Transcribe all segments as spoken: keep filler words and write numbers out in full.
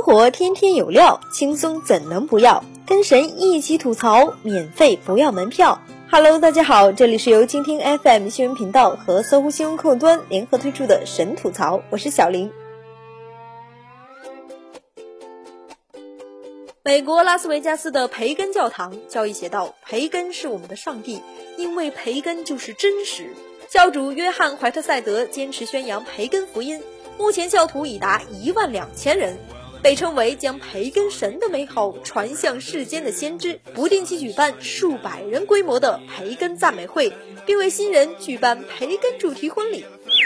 活天天有料，轻松怎能不要？跟神一起吐槽，免费不要门票。Hello， 大家好，这里是由蜻蜓 F M 新闻频道和搜狐新闻客户端联合推出的神吐槽，我是小林。美国拉斯维加斯的培根教堂教义写道，培根是我们的上帝，因为培根就是真实。教主约翰怀特塞德坚持宣扬培根福音，目前教徒已达一万两千人，被称为将培根神的美好传向世间的先知，不定期举办数百人规模的培根赞美会，并为新人举办培根主题婚礼。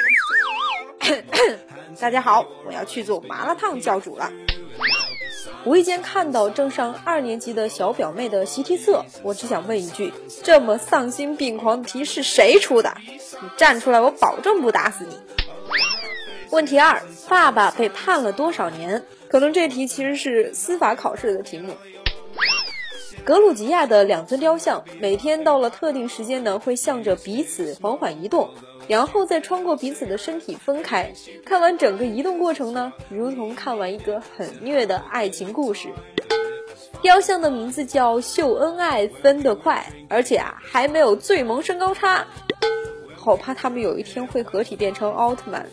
大家好，我要去做麻辣烫教主了。无意间看到正上二年级的小表妹的习题册，我只想问一句，这么丧心病狂的题是谁出的？你站出来，我保证不打死你。问题二，爸爸被判了多少年？可能这题其实是司法考试的题目。格鲁吉亚的两尊雕像每天到了特定时间呢，会向着彼此缓缓移动，然后再穿过彼此的身体分开。看完整个移动过程呢，如同看完一个很虐的爱情故事。雕像的名字叫秀恩爱分得快，而且啊还没有最萌身高差，好怕他们有一天会合体变成奥特曼。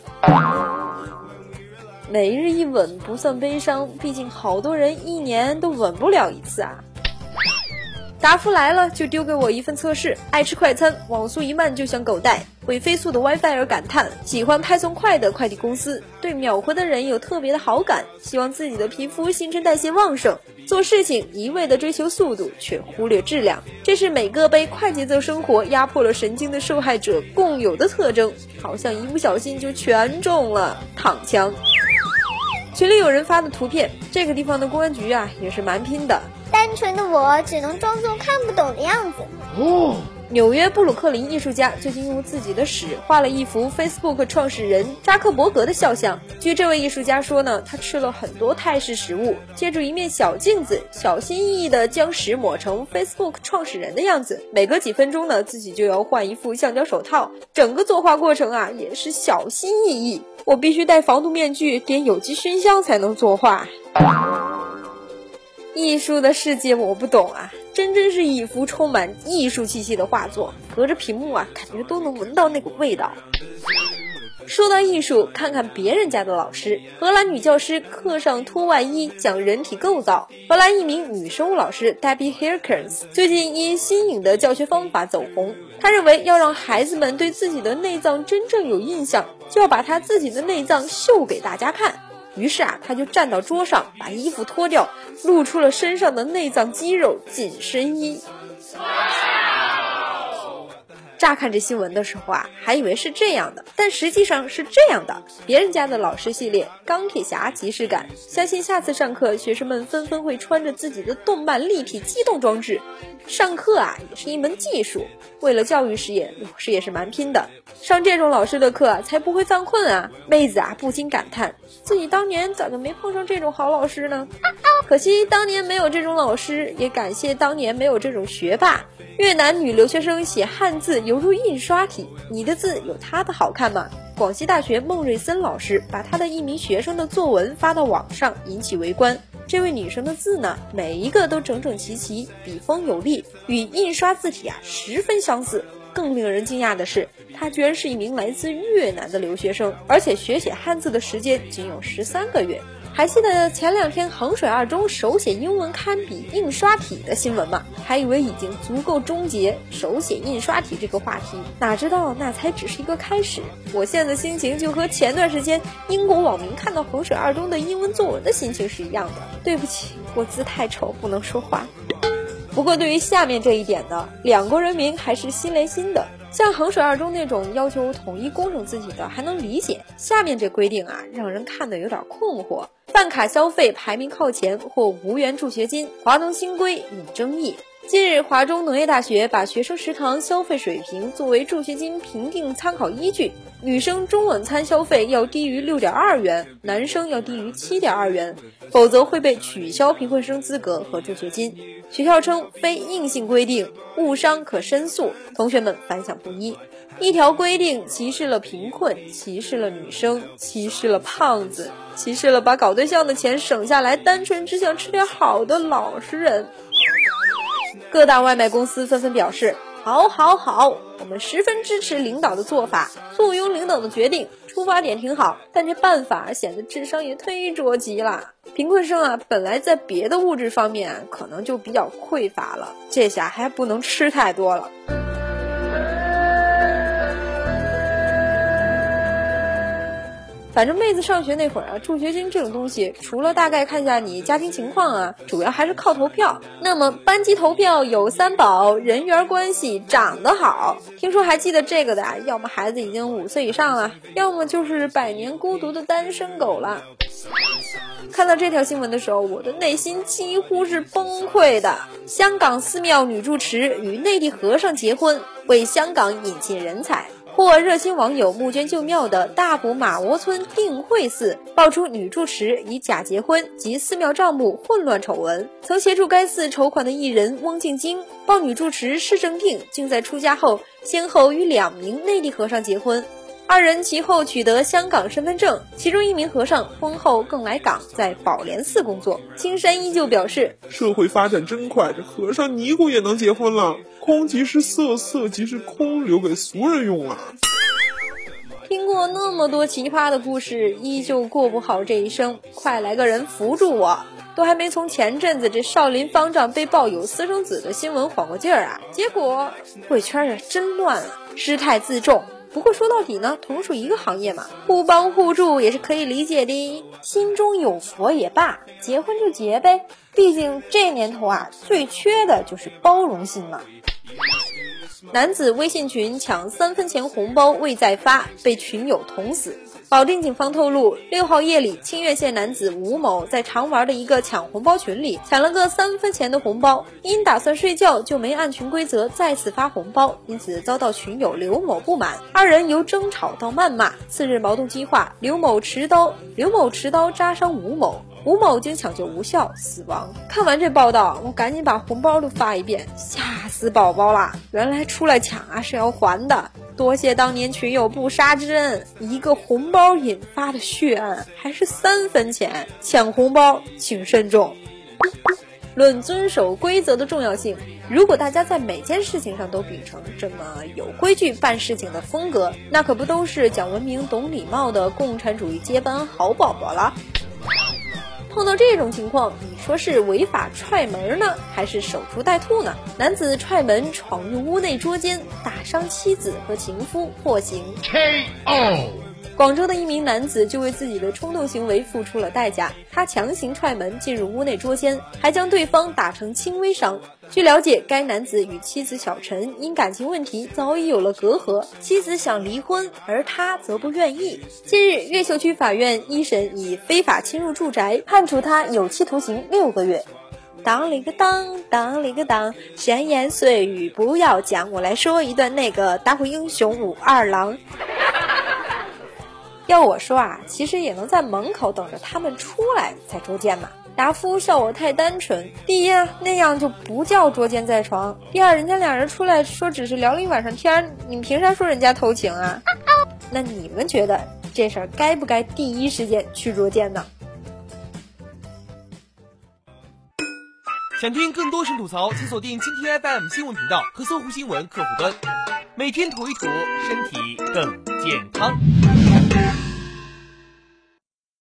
每日一吻不算悲伤，毕竟好多人一年都吻不了一次啊。答复来了就丢给我一份测试，爱吃快餐，网速一慢就像狗带，为飞速的 WiFi 而感叹，喜欢派送快的快递公司，对秒回的人有特别的好感，希望自己的皮肤新陈代谢旺盛，做事情一味的追求速度却忽略质量，这是每个被快节奏生活压迫了神经的受害者共有的特征，好像一不小心就全中了，躺枪。群里有人发的图片，这个地方的公安局啊也是蛮拼的， 单纯的我只能装作看不懂的样子。 哦，纽约布鲁克林艺术家最近用自己的屎画了一幅 Facebook 创始人扎克伯格的肖像。据这位艺术家说呢，他吃了很多泰式食物，借助一面小镜子，小心翼翼地将屎抹成 Facebook 创始人的样子。每隔几分钟呢，自己就要换一副橡胶手套，整个作画过程啊也是小心翼翼。我必须戴防毒面具，点有机熏香才能作画。艺术的世界我不懂啊，真真是一幅充满艺术气息的画作，隔着屏幕啊，感觉都能闻到那股味道。说到艺术，看看别人家的老师。荷兰女教师课上脱外衣讲人体构造。荷兰一名女生物老师 Debbie Herkens 最近因新颖的教学方法走红。她认为要让孩子们对自己的内脏真正有印象，就要把她自己的内脏秀给大家看。于是啊，他就站到桌上，把衣服脱掉，露出了身上的内脏肌肉紧身衣。乍看这新闻的时候啊，还以为是这样的，但实际上是这样的。别人家的老师系列钢铁侠即视感，相信下次上课学生们纷纷会穿着自己的动漫立体机动装置。上课啊也是一门技术，为了教育事业，老师也是蛮拼的。上这种老师的课啊，才不会犯困啊。妹子啊不禁感叹，自己当年咋就没碰上这种好老师呢？可惜当年没有这种老师，也感谢当年没有这种学霸。越南女留学生写汉字犹如印刷体，你的字有她的好看吗？广西大学孟瑞森老师把他的一名学生的作文发到网上，引起围观。这位女生的字呢，每一个都整整齐齐，笔锋有力，与印刷字体啊十分相似。更令人惊讶的是，她居然是一名来自越南的留学生，而且学写汉字的时间仅有十三个月。还记得前两天衡水二中手写英文堪比印刷体的新闻吗？还以为已经足够终结手写印刷体这个话题，哪知道那才只是一个开始。我现在的心情就和前段时间英国网民看到衡水二中的英文作文的心情是一样的。对不起，我字太丑不能说话。不过对于下面这一点呢，两国人民还是心连心的。像衡水二中那种要求统一工整字体的还能理解，下面这规定啊，让人看得有点困惑。办卡消费排名靠前或无缘助学金，华农新规引争议。近日，华中农业大学把学生食堂消费水平作为助学金评定参考依据，女生中晚餐消费要低于 六点二元，男生要低于 七点二元，否则会被取消贫困生资格和助学金。学校称非硬性规定，误伤可申诉，同学们反响不一。 一条规定歧视了贫困，歧视了女生，歧视了胖子，歧视了把搞对象的钱省下来单纯只想吃点好的老实人。各大外卖公司纷纷表示，好好好，我们十分支持领导的做法，簇拥领导的决定，出发点挺好，但这办法显得智商也忒着急了。贫困生啊，本来在别的物质方面、啊、可能就比较匮乏了，这下还不能吃太多了。反正妹子上学那会儿啊，助学金这种东西，除了大概看下你家庭情况啊，主要还是靠投票。那么班级投票有三宝：人缘关系、长得好。听说还记得这个的啊，要么孩子已经五岁以上了，要么就是百年孤独的单身狗了。看到这条新闻的时候，我的内心几乎是崩溃的。香港寺庙女住持与内地和尚结婚，为香港引进人才。获热心网友募捐救庙的大埔马窝村定慧寺爆出女住持以假结婚及寺庙账目混乱丑闻，曾协助该寺筹款的艺人翁静晶报女住持施正定竟在出家后先后与两名内地和尚结婚，二人其后取得香港身份证，其中一名和尚婚后更来港，在宝莲寺工作。青山依旧表示， 社会发展真快，这和尚尼姑也能结婚了，空即是色，色即是空，留给俗人用啊。 听过那么多奇葩的故事，依旧过不好这一生，快来个人扶住我。都还没从前阵子这少林方丈被曝有私生子的新闻缓过劲儿啊，结果贵圈啊真乱啊，失态自重。不过说到底呢，同属一个行业嘛，互帮互助也是可以理解的。心中有佛也罢，结婚就结呗，毕竟这年头啊，最缺的就是包容心嘛。男子微信群抢三分钱红包未再发，被群友捅死。保定警方透露，六号夜里，清苑县男子吴某在常玩的一个抢红包群里抢了个三分钱的红包，因打算睡觉就没按群规则再次发红包，因此遭到群友刘某不满，二人由争吵到谩骂。次日矛盾激化，刘某持刀刘某持刀扎伤吴某，吴某经抢救无效死亡。看完这报道，我赶紧把红包都发一遍，吓死宝宝啦！原来出来抢啊是要还的。多谢当年群友不杀之恩，一个红包引发的血案，还是三分钱，抢红包请慎重。论遵守规则的重要性，如果大家在每件事情上都秉承这么有规矩办事情的风格，那可不都是讲文明懂礼貌的共产主义接班好宝宝了。碰到这种情况，你说是违法踹门呢，还是守株待兔呢？男子踹门闯入屋内捉奸，打伤妻子和情夫，获刑。K O。广州的一名男子就为自己的冲动行为付出了代价，他强行踹门进入屋内捉奸，还将对方打成轻微伤。据了解，该男子与妻子小陈因感情问题早已有了隔阂，妻子想离婚，而他则不愿意。近日，越秀区法院一审以非法侵入住宅判处他有期徒刑六个月。当里个当，当里个当，闲言碎语不要讲，我来说一段那个打虎英雄武二郎。要我说啊，其实也能在门口等着他们出来才捉奸嘛。达夫笑我太单纯，第一啊，那样就不叫捉奸在床；第二，人家两人出来说只是聊了一晚上天，你凭啥说人家偷情啊？那你们觉得这事儿该不该第一时间去捉奸呢？ 想听更多神吐槽，请锁定蜻蜓 F M 新闻频道和搜狐新闻客户端，每天吐一吐，身体更健康。